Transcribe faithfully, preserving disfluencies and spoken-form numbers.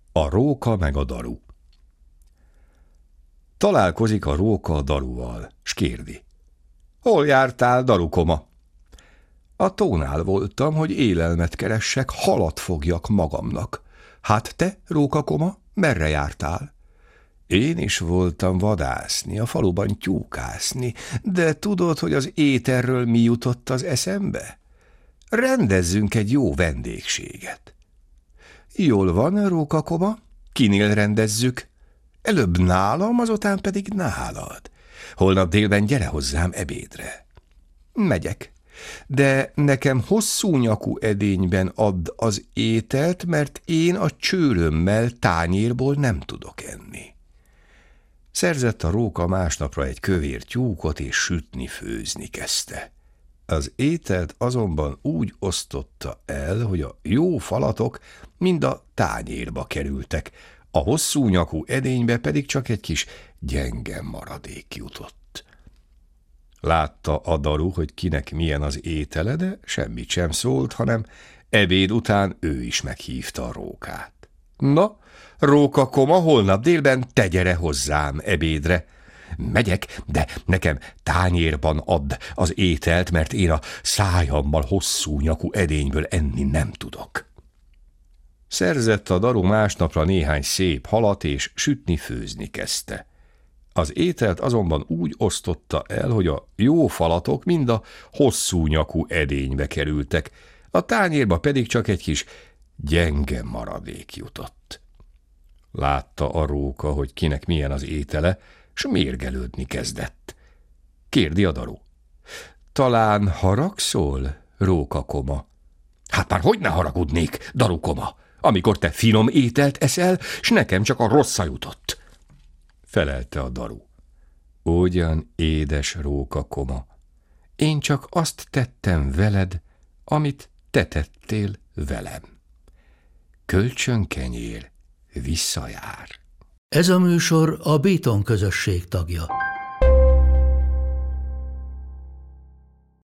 A róka meg a daru. Találkozik a róka a daruval, s kérdi: hol jártál, darukoma? A tónál voltam, hogy élelmet keressek, halat fogjak magamnak. Hát te, rókakoma, merre jártál? Én is voltam vadászni, a faluban tyúkászni, de tudod, hogy az ételről mi jutott az eszembe? Rendezzünk egy jó vendégséget. Jól van, rókakoma, kinél rendezzük? Előbb nálam, azután pedig nálad. Holnap délben gyere hozzám ebédre. Megyek, de nekem hosszú nyakú edényben add az ételt, mert én a csőrömmel tányérból nem tudok enni. Szerzett a róka másnapra egy kövér tyúkot, és sütni, főzni kezdte. Az ételt azonban úgy osztotta el, hogy a jó falatok mind a tányérba kerültek, a hosszú nyakú edénybe pedig csak egy kis gyenge maradék jutott. Látta a daru, hogy kinek milyen az étele, de semmit sem szólt, hanem ebéd után ő is meghívta a rókát. Na, rókakoma, holnap délben te gyere hozzám ebédre. Megyek, de nekem tányérban add az ételt, mert én a szájammal hosszú nyakú edényből enni nem tudok. Szerzett a daru másnapra néhány szép halat, és sütni, főzni kezdte. Az ételt azonban úgy osztotta el, hogy a jó falatok mind a hosszú nyakú edénybe kerültek, a tányérba pedig csak egy kis gyenge maradék jutott. Látta a róka, hogy kinek milyen az étele, s mérgelődni kezdett. Kérdi a daru: talán haragszol, rókakoma? Hát már hogy ne haragudnék, darukoma, amikor te finom ételt eszel, s nekem csak a rossza jutott. Felelte a daru: ugyan, édes rókakoma, én csak azt tettem veled, amit te tettél velem. Kölcsönkenyér visszajár. Ez a műsor a Béton közösség tagja.